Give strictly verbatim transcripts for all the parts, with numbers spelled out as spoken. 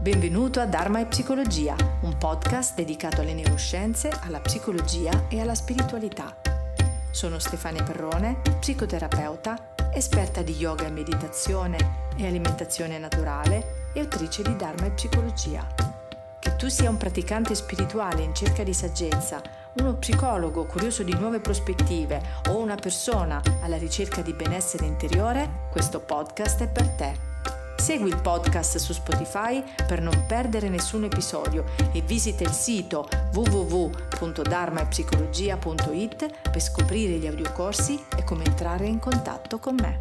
Benvenuto a Dharma e Psicologia, un podcast dedicato alle neuroscienze, alla psicologia e alla spiritualità. Sono Stefania Perrone, psicoterapeuta, esperta di yoga e meditazione e alimentazione naturale e autrice di Dharma e Psicologia. Che tu sia un praticante spirituale in cerca di saggezza, uno psicologo curioso di nuove prospettive o una persona alla ricerca di benessere interiore, questo podcast è per te. Segui il podcast su Spotify per non perdere nessun episodio e visita il sito w w w punto dharma e psicologia punto i t per scoprire gli audiocorsi e come entrare in contatto con me.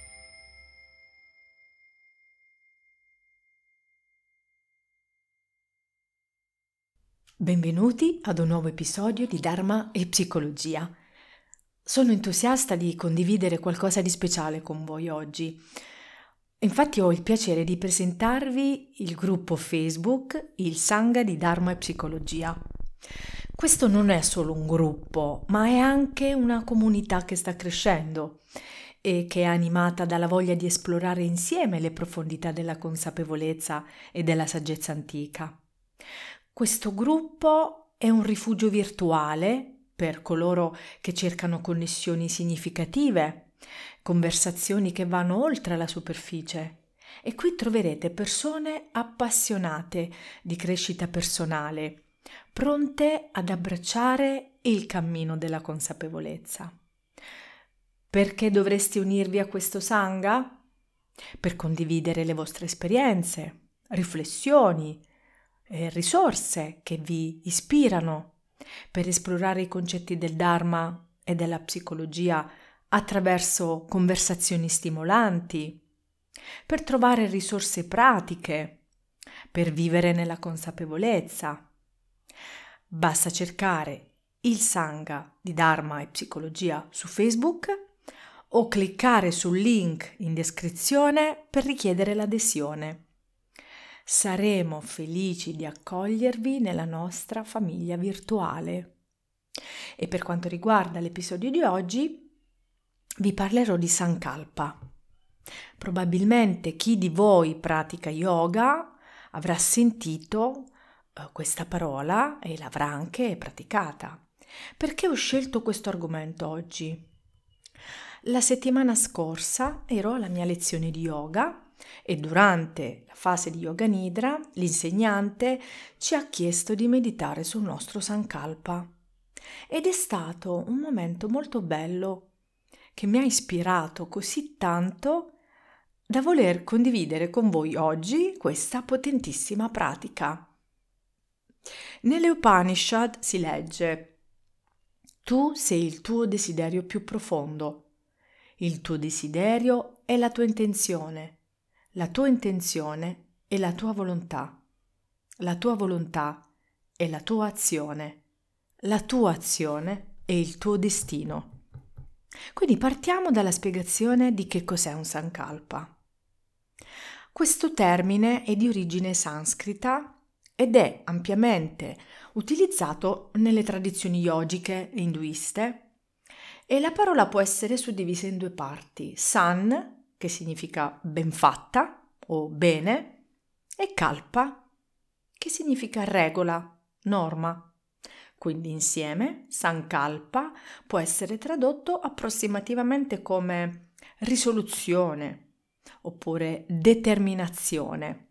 Benvenuti ad un nuovo episodio di Dharma e Psicologia. Sono entusiasta di condividere qualcosa di speciale con voi oggi. Infatti ho il piacere di presentarvi il gruppo Facebook, il Sangha di Dharma e Psicologia. Questo non è solo un gruppo, ma è anche una comunità che sta crescendo e che è animata dalla voglia di esplorare insieme le profondità della consapevolezza e della saggezza antica. Questo gruppo è un rifugio virtuale per coloro che cercano connessioni significative, conversazioni che vanno oltre la superficie, e qui troverete persone appassionate di crescita personale, pronte ad abbracciare il cammino della consapevolezza. Perché dovresti unirvi a questo Sangha? Per condividere le vostre esperienze, riflessioni e risorse che vi ispirano, per esplorare i concetti del Dharma e della psicologia attraverso conversazioni stimolanti, per trovare risorse pratiche, per vivere nella consapevolezza. Basta cercare il Sangha di Dharma e Psicologia su Facebook o cliccare sul link in descrizione per richiedere l'adesione. Saremo felici di accogliervi nella nostra famiglia virtuale. E per quanto riguarda l'episodio di oggi, vi parlerò di Sankalpa. Probabilmente chi di voi pratica yoga avrà sentito eh, questa parola e l'avrà anche praticata. Perché ho scelto questo argomento oggi? La settimana scorsa ero alla mia lezione di yoga e durante la fase di Yoga Nidra l'insegnante ci ha chiesto di meditare sul nostro Sankalpa ed è stato un momento molto bello che mi ha ispirato così tanto da voler condividere con voi oggi questa potentissima pratica. Nelle Upanishad si legge: tu sei il tuo desiderio più profondo, il tuo desiderio è la tua intenzione, la tua intenzione è la tua volontà, la tua volontà è la tua azione, la tua azione è il tuo destino. Quindi partiamo dalla spiegazione di che cos'è un Sankalpa. Questo termine è di origine sanscrita ed è ampiamente utilizzato nelle tradizioni yogiche e induiste, e la parola può essere suddivisa in due parti: san, che significa ben fatta o bene, e kalpa, che significa regola, norma. Quindi insieme Sankalpa può essere tradotto approssimativamente come risoluzione oppure determinazione.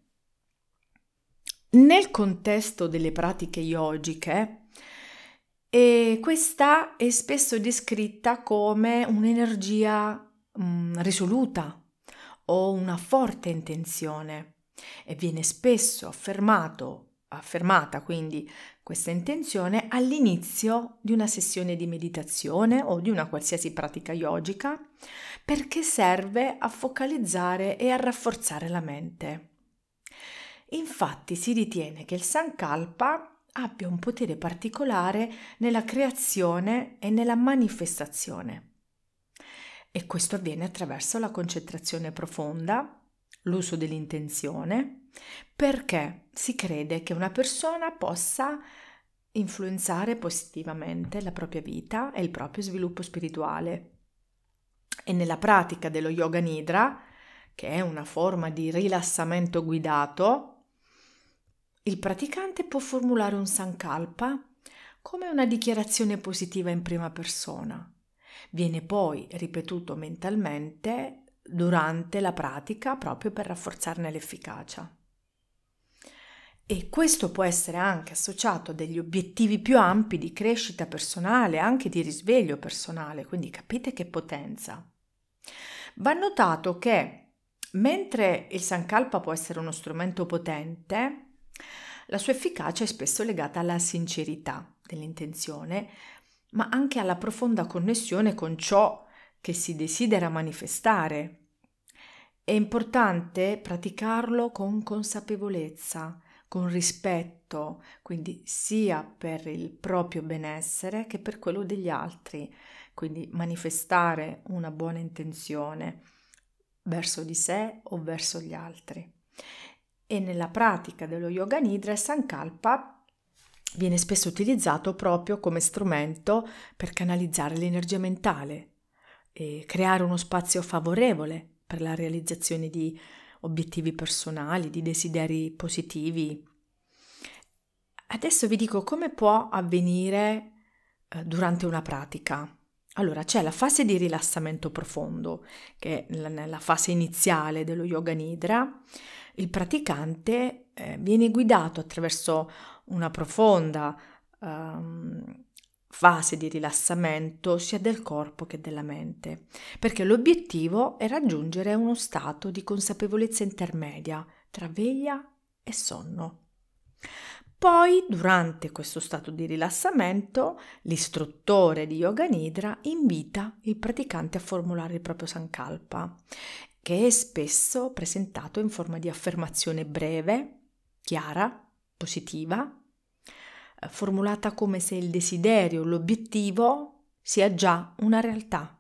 Nel contesto delle pratiche yogiche, e questa è spesso descritta come un'energia mh, risoluta o una forte intenzione, e viene spesso affermato affermata quindi questa intenzione all'inizio di una sessione di meditazione o di una qualsiasi pratica yogica, perché serve a focalizzare e a rafforzare la mente. Infatti si ritiene che il Sankalpa abbia un potere particolare nella creazione e nella manifestazione, e questo avviene attraverso la concentrazione profonda, l'uso dell'intenzione, perché si crede che una persona possa influenzare positivamente la propria vita e il proprio sviluppo spirituale. E nella pratica dello Yoga Nidra, che è una forma di rilassamento guidato, il praticante può formulare un sankalpa come una dichiarazione positiva in prima persona. Viene poi ripetuto mentalmente durante la pratica proprio per rafforzarne l'efficacia. E questo può essere anche associato a degli obiettivi più ampi di crescita personale, anche di risveglio personale, quindi capite che potenza. Va notato che mentre il sankalpa può essere uno strumento potente, la sua efficacia è spesso legata alla sincerità dell'intenzione, ma anche alla profonda connessione con ciò che si desidera manifestare. È importante praticarlo con consapevolezza, con rispetto, quindi sia per il proprio benessere che per quello degli altri, quindi manifestare una buona intenzione verso di sé o verso gli altri. E nella pratica dello Yoga Nidra, il Sankalpa viene spesso utilizzato proprio come strumento per canalizzare l'energia mentale e creare uno spazio favorevole per la realizzazione di obiettivi personali, di desideri positivi. Adesso vi dico come può avvenire eh, durante una pratica. Allora, c'è la fase di rilassamento profondo, che è nella fase iniziale dello Yoga Nidra. Il praticante eh, viene guidato attraverso una profonda um, fase di rilassamento sia del corpo che della mente, perché l'obiettivo è raggiungere uno stato di consapevolezza intermedia tra veglia e sonno. Poi, durante questo stato di rilassamento, l'istruttore di Yoga Nidra invita il praticante a formulare il proprio sankalpa, che è spesso presentato in forma di affermazione breve, chiara, positiva, formulata come se il desiderio, l'obiettivo sia già una realtà.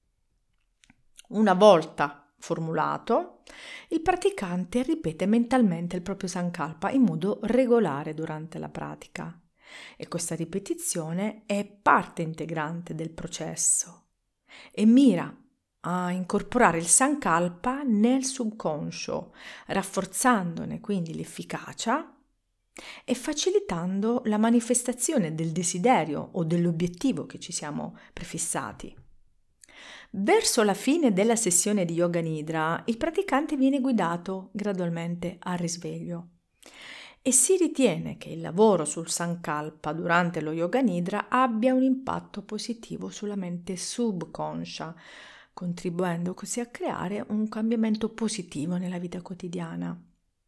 Una volta formulato, il praticante ripete mentalmente il proprio sankalpa in modo regolare durante la pratica e questa ripetizione è parte integrante del processo e mira a incorporare il sankalpa nel subconscio, rafforzandone quindi l'efficacia e facilitando la manifestazione del desiderio o dell'obiettivo che ci siamo prefissati. Verso la fine della sessione di Yoga Nidra, il praticante viene guidato gradualmente al risveglio e si ritiene che il lavoro sul Sankalpa durante lo Yoga Nidra abbia un impatto positivo sulla mente subconscia, contribuendo così a creare un cambiamento positivo nella vita quotidiana.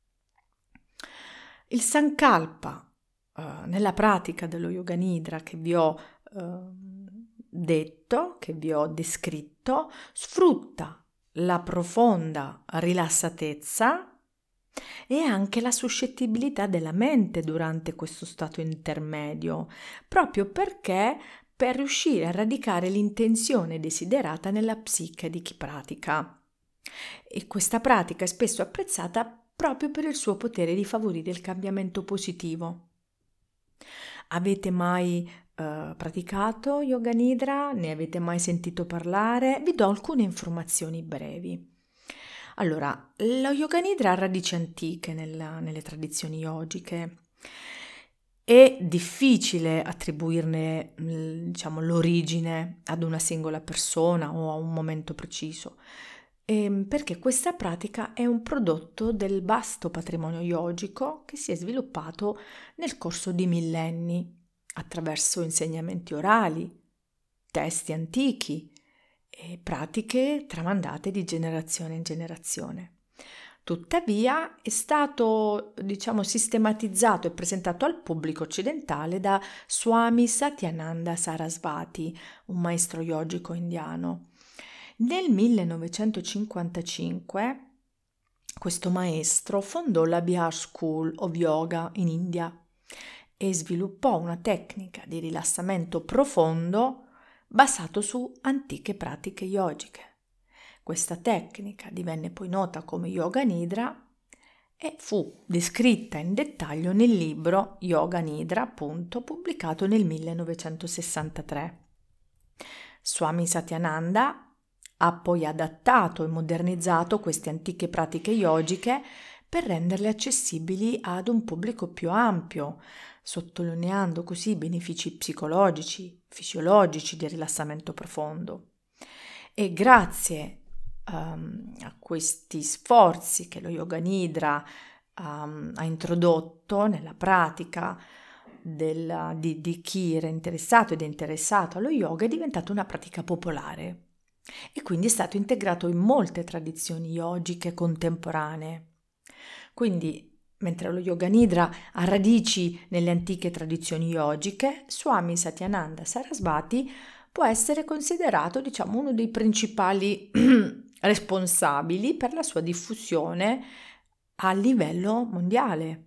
Il Sankalpa, eh, nella pratica dello Yoga Nidra che vi ho eh, detto, che vi ho descritto, sfrutta la profonda rilassatezza e anche la suscettibilità della mente durante questo stato intermedio, proprio perché per riuscire a radicare l'intenzione desiderata nella psiche di chi pratica. E questa pratica è spesso apprezzata proprio per il suo potere di favorire il cambiamento positivo. Avete mai eh, praticato Yoga Nidra? Ne avete mai sentito parlare? Vi do alcune informazioni brevi. Allora, lo Yoga Nidra ha radici antiche nella, nelle tradizioni yogiche. È difficile attribuirne, diciamo, l'origine ad una singola persona o a un momento preciso, perché questa pratica è un prodotto del vasto patrimonio yogico che si è sviluppato nel corso di millenni attraverso insegnamenti orali, testi antichi e pratiche tramandate di generazione in generazione. Tuttavia è stato, diciamo, sistematizzato e presentato al pubblico occidentale da Swami Satyananda Sarasvati, un maestro yogico indiano. Nel millenovecentocinquantacinque questo maestro fondò la Bihar School of Yoga in India e sviluppò una tecnica di rilassamento profondo basato su antiche pratiche yogiche. Questa tecnica divenne poi nota come Yoga Nidra e fu descritta in dettaglio nel libro Yoga Nidra, appunto, pubblicato nel millenovecentosessantatré. Swami Satyananda ha poi adattato e modernizzato queste antiche pratiche yogiche per renderle accessibili ad un pubblico più ampio, sottolineando così i benefici psicologici, fisiologici del rilassamento profondo. E grazie um, a questi sforzi che lo Yoga Nidra um, ha introdotto nella pratica del, di, di chi era interessato ed è interessato allo yoga, è diventata una pratica popolare e quindi è stato integrato in molte tradizioni yogiche contemporanee. Quindi, mentre lo Yoga Nidra ha radici nelle antiche tradizioni yogiche, Swami Satyananda Sarasvati può essere considerato, diciamo, uno dei principali responsabili per la sua diffusione a livello mondiale.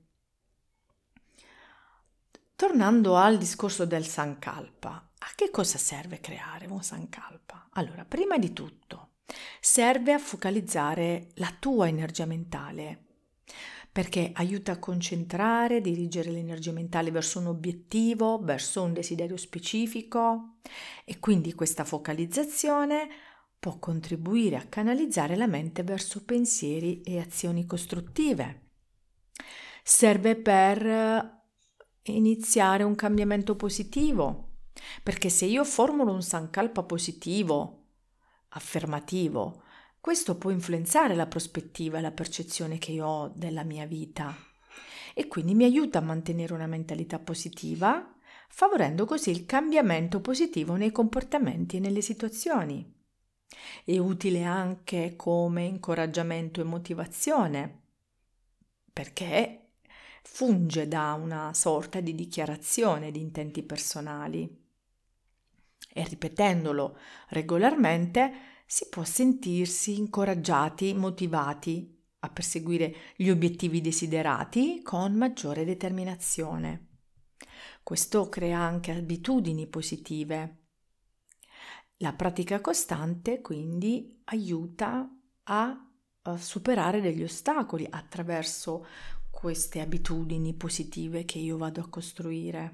Tornando al discorso del Sankalpa, a che cosa serve creare un Sankalpa? Allora, prima di tutto, serve a focalizzare la tua energia mentale, perché aiuta a concentrare, dirigere l'energia mentale verso un obiettivo, verso un desiderio specifico, e quindi questa focalizzazione può contribuire a canalizzare la mente verso pensieri e azioni costruttive. Serve per iniziare un cambiamento positivo, perché se io formulo un sankalpa positivo, affermativo, questo può influenzare la prospettiva e la percezione che io ho della mia vita e quindi mi aiuta a mantenere una mentalità positiva, favorendo così il cambiamento positivo nei comportamenti e nelle situazioni. È utile anche come incoraggiamento e motivazione, perché funge da una sorta di dichiarazione di intenti personali e ripetendolo regolarmente si può sentirsi incoraggiati, motivati a perseguire gli obiettivi desiderati con maggiore determinazione. Questo crea anche abitudini positive. La pratica costante quindi aiuta a, a superare degli ostacoli attraverso queste abitudini positive che io vado a costruire.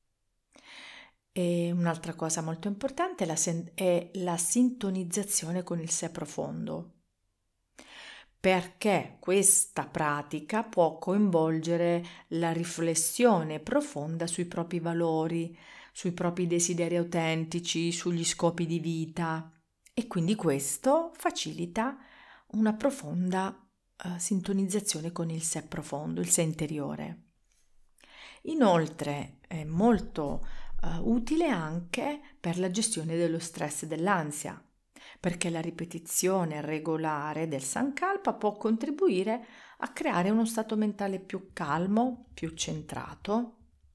E un'altra cosa molto importante è la, sen- è la sintonizzazione con il sé profondo, perché questa pratica può coinvolgere la riflessione profonda sui propri valori, sui propri desideri autentici, sugli scopi di vita e quindi questo facilita una profonda uh, sintonizzazione con il sé profondo, il sé interiore. Inoltre è molto uh, utile anche per la gestione dello stress e dell'ansia, perché la ripetizione regolare del Sankalpa può contribuire a creare uno stato mentale più calmo, più centrato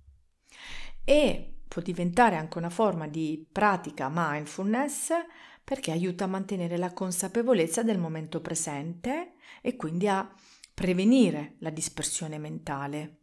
e può diventare anche una forma di pratica mindfulness perché aiuta a mantenere la consapevolezza del momento presente e quindi a prevenire la dispersione mentale.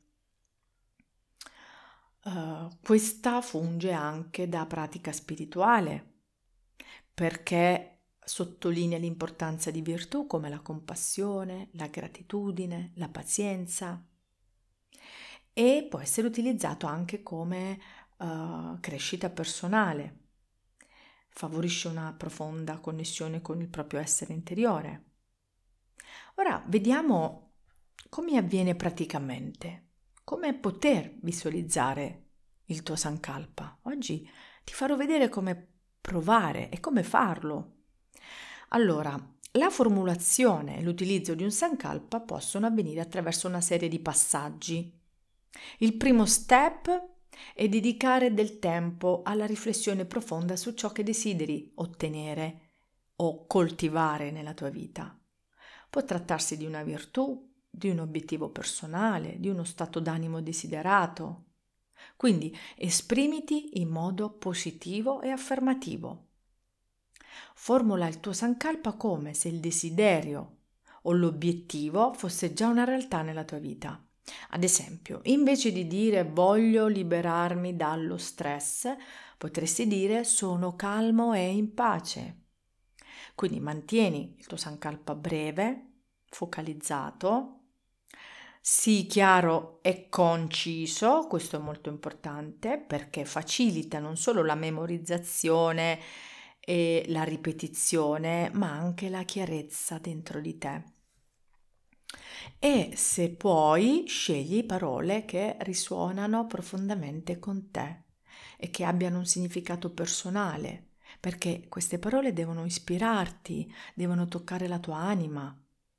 Uh, questa funge anche da pratica spirituale perché sottolinea l'importanza di virtù come la compassione, la gratitudine, la pazienza e può essere utilizzato anche come uh, crescita personale. Favorisce una profonda connessione con il proprio essere interiore. Ora vediamo come avviene praticamente, come poter visualizzare il tuo Sankalpa. Oggi ti farò vedere come provare e come farlo. Allora, la formulazione e l'utilizzo di un Sankalpa possono avvenire attraverso una serie di passaggi. Il primo step è dedicare del tempo alla riflessione profonda su ciò che desideri ottenere o coltivare nella tua vita. Può trattarsi di una virtù, di un obiettivo personale, di uno stato d'animo desiderato. Quindi esprimiti in modo positivo e affermativo. Formula il tuo Sankalpa come se il desiderio o l'obiettivo fosse già una realtà nella tua vita. Ad esempio, invece di dire voglio liberarmi dallo stress, potresti dire sono calmo e in pace. Quindi mantieni il tuo Sankalpa breve, focalizzato, sii chiaro e conciso, questo è molto importante perché facilita non solo la memorizzazione e la ripetizione, ma anche la chiarezza dentro di te. e se puoi scegli parole che risuonano profondamente con te e che abbiano un significato personale, perché queste parole devono ispirarti, devono toccare la tua anima.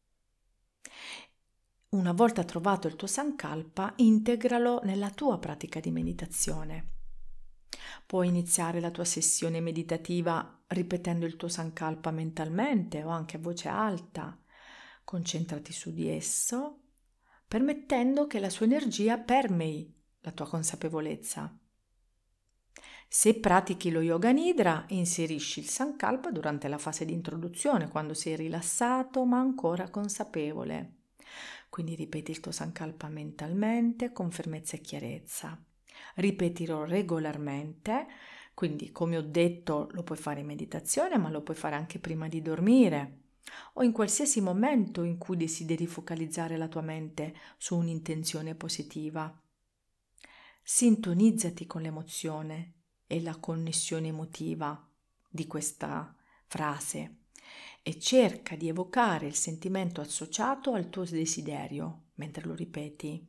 Una volta trovato il tuo Sankalpa, integralo nella tua pratica di meditazione. Puoi iniziare la tua sessione meditativa ripetendo il tuo Sankalpa mentalmente o anche a voce alta. Concentrati su di esso, permettendo che la sua energia permei la tua consapevolezza. Se pratichi lo Yoga Nidra, inserisci il Sankalpa durante la fase di introduzione, quando sei rilassato ma ancora consapevole. Quindi ripeti il tuo Sankalpa mentalmente con fermezza e chiarezza. Ripetilo regolarmente, quindi come ho detto lo puoi fare in meditazione, ma lo puoi fare anche prima di dormire o in qualsiasi momento in cui desideri focalizzare la tua mente su un'intenzione positiva. Sintonizzati con l'emozione e la connessione emotiva di questa frase e cerca di evocare il sentimento associato al tuo desiderio mentre lo ripeti.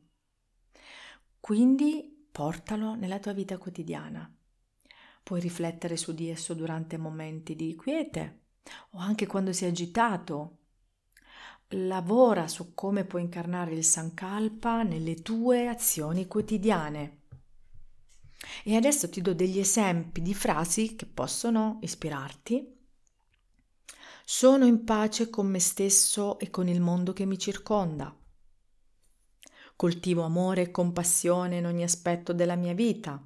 Quindi portalo nella tua vita quotidiana. Puoi riflettere su di esso durante momenti di quiete o anche quando sei agitato. Lavora su come puoi incarnare il Sankalpa nelle tue azioni quotidiane. E adesso ti do degli esempi di frasi che possono ispirarti. Sono in pace con me stesso e con il mondo che mi circonda. Coltivo amore e compassione in ogni aspetto della mia vita.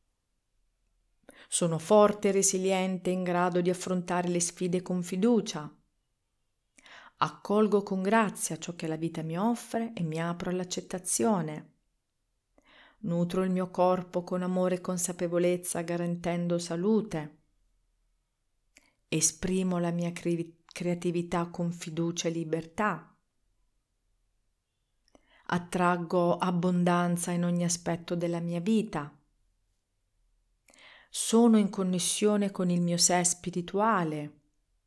Sono forte e resiliente, in grado di affrontare le sfide con fiducia. Accolgo con grazia ciò che la vita mi offre e mi apro all'accettazione. Nutro il mio corpo con amore e consapevolezza, garantendo salute. Esprimo la mia cre- creatività con fiducia e libertà. Attraggo abbondanza in ogni aspetto della mia vita. Sono in connessione con il mio sé spirituale.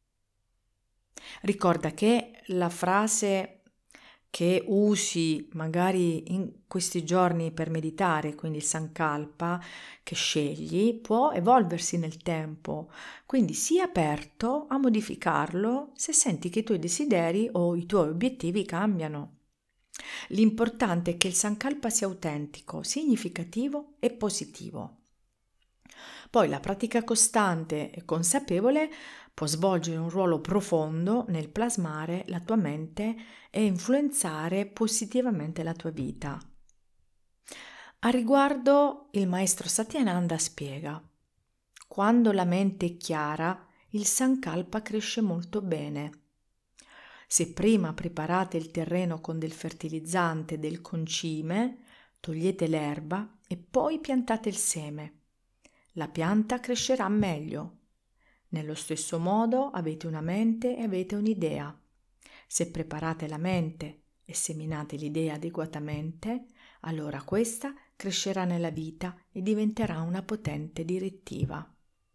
Ricorda che la frase che usi magari in questi giorni per meditare, quindi il Sankalpa che scegli, può evolversi nel tempo, quindi sii aperto a modificarlo se senti che i tuoi desideri o i tuoi obiettivi cambiano. L'importante è che il Sankalpa sia autentico, significativo e positivo. Poi la pratica costante e consapevole può svolgere un ruolo profondo nel plasmare la tua mente e influenzare positivamente la tua vita. A riguardo, il maestro Satyananda spiega: quando la mente è chiara, il Sankalpa cresce molto bene. Se prima preparate il terreno con del fertilizzante e del concime, togliete l'erba e poi piantate il seme. La pianta crescerà meglio. Nello stesso modo avete una mente e avete un'idea. Se preparate la mente e seminate l'idea adeguatamente, allora questa crescerà nella vita e diventerà una potente direttiva.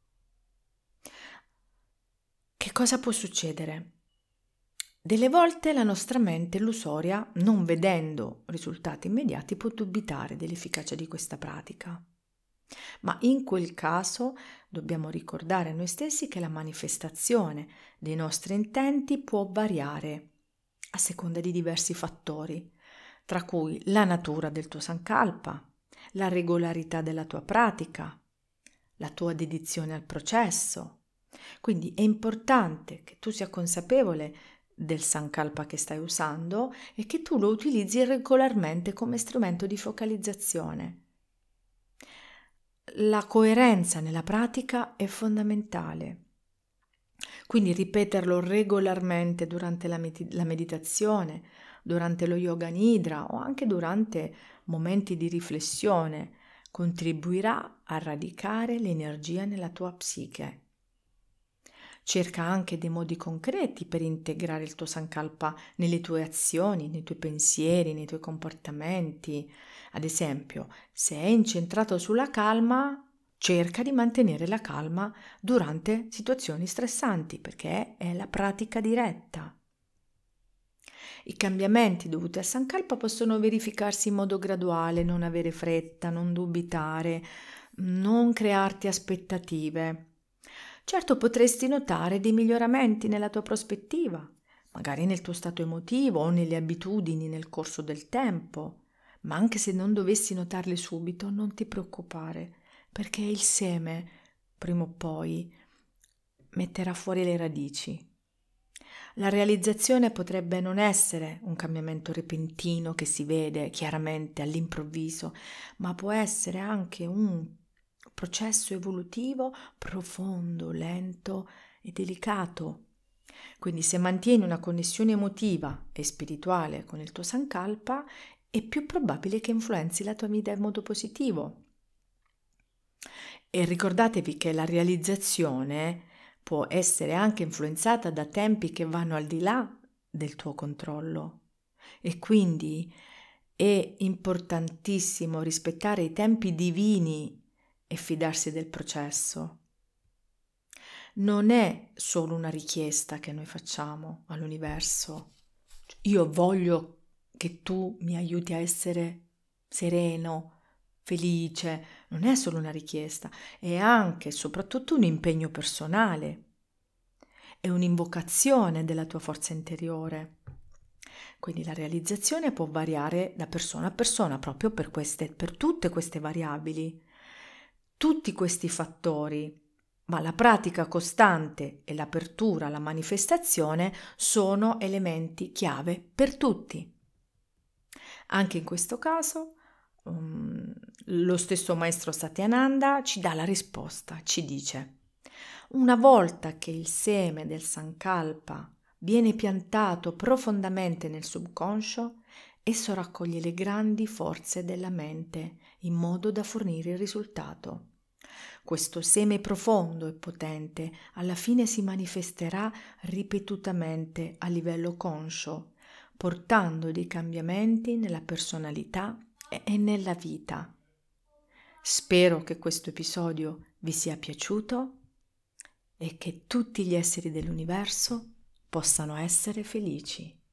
Che cosa può succedere? Delle volte la nostra mente illusoria, non vedendo risultati immediati, può dubitare dell'efficacia di questa pratica. Ma in quel caso dobbiamo ricordare a noi stessi che la manifestazione dei nostri intenti può variare a seconda di diversi fattori, tra cui la natura del tuo Sankalpa, la regolarità della tua pratica, la tua dedizione al processo. Quindi è importante che tu sia consapevole del Sankalpa che stai usando e che tu lo utilizzi regolarmente come strumento di focalizzazione. La coerenza nella pratica è fondamentale, quindi ripeterlo regolarmente durante la, med- la meditazione, durante lo Yoga Nidra o anche durante momenti di riflessione contribuirà a radicare l'energia nella tua psiche. Cerca anche dei modi concreti per integrare il tuo Sankalpa nelle tue azioni, nei tuoi pensieri, nei tuoi comportamenti. Ad esempio, se è incentrato sulla calma, cerca di mantenere la calma durante situazioni stressanti, perché è la pratica diretta. I cambiamenti dovuti al Sankalpa possono verificarsi in modo graduale, non avere fretta, non dubitare, non crearti aspettative. Certo, potresti notare dei miglioramenti nella tua prospettiva, magari nel tuo stato emotivo o nelle abitudini nel corso del tempo, ma anche se non dovessi notarli subito, non ti preoccupare, perché il seme, prima o poi, metterà fuori le radici. La realizzazione potrebbe non essere un cambiamento repentino che si vede chiaramente all'improvviso, ma può essere anche un processo evolutivo profondo, lento e delicato. Quindi se mantieni una connessione emotiva e spirituale con il tuo Sankalpa, è più probabile che influenzi la tua vita in modo positivo. E ricordatevi che la realizzazione può essere anche influenzata da tempi che vanno al di là del tuo controllo e quindi è importantissimo rispettare i tempi divini e fidarsi del processo. Non è solo una richiesta che noi facciamo all'universo. Io voglio che tu mi aiuti a essere sereno, felice. Non è solo una richiesta, è anche e soprattutto un impegno personale. È un'invocazione della tua forza interiore. Quindi la realizzazione può variare da persona a persona proprio per queste, per tutte queste variabili. Tutti questi fattori, ma la pratica costante e l'apertura alla manifestazione sono elementi chiave per tutti. Anche in questo caso, um, lo stesso maestro Satyananda ci dà la risposta, ci dice: una volta che il seme del Sankalpa viene piantato profondamente nel subconscio, esso raccoglie le grandi forze della mente in modo da fornire il risultato. Questo seme profondo e potente alla fine si manifesterà ripetutamente a livello conscio, portando dei cambiamenti nella personalità e nella vita. Spero che questo episodio vi sia piaciuto e che tutti gli esseri dell'universo possano essere felici.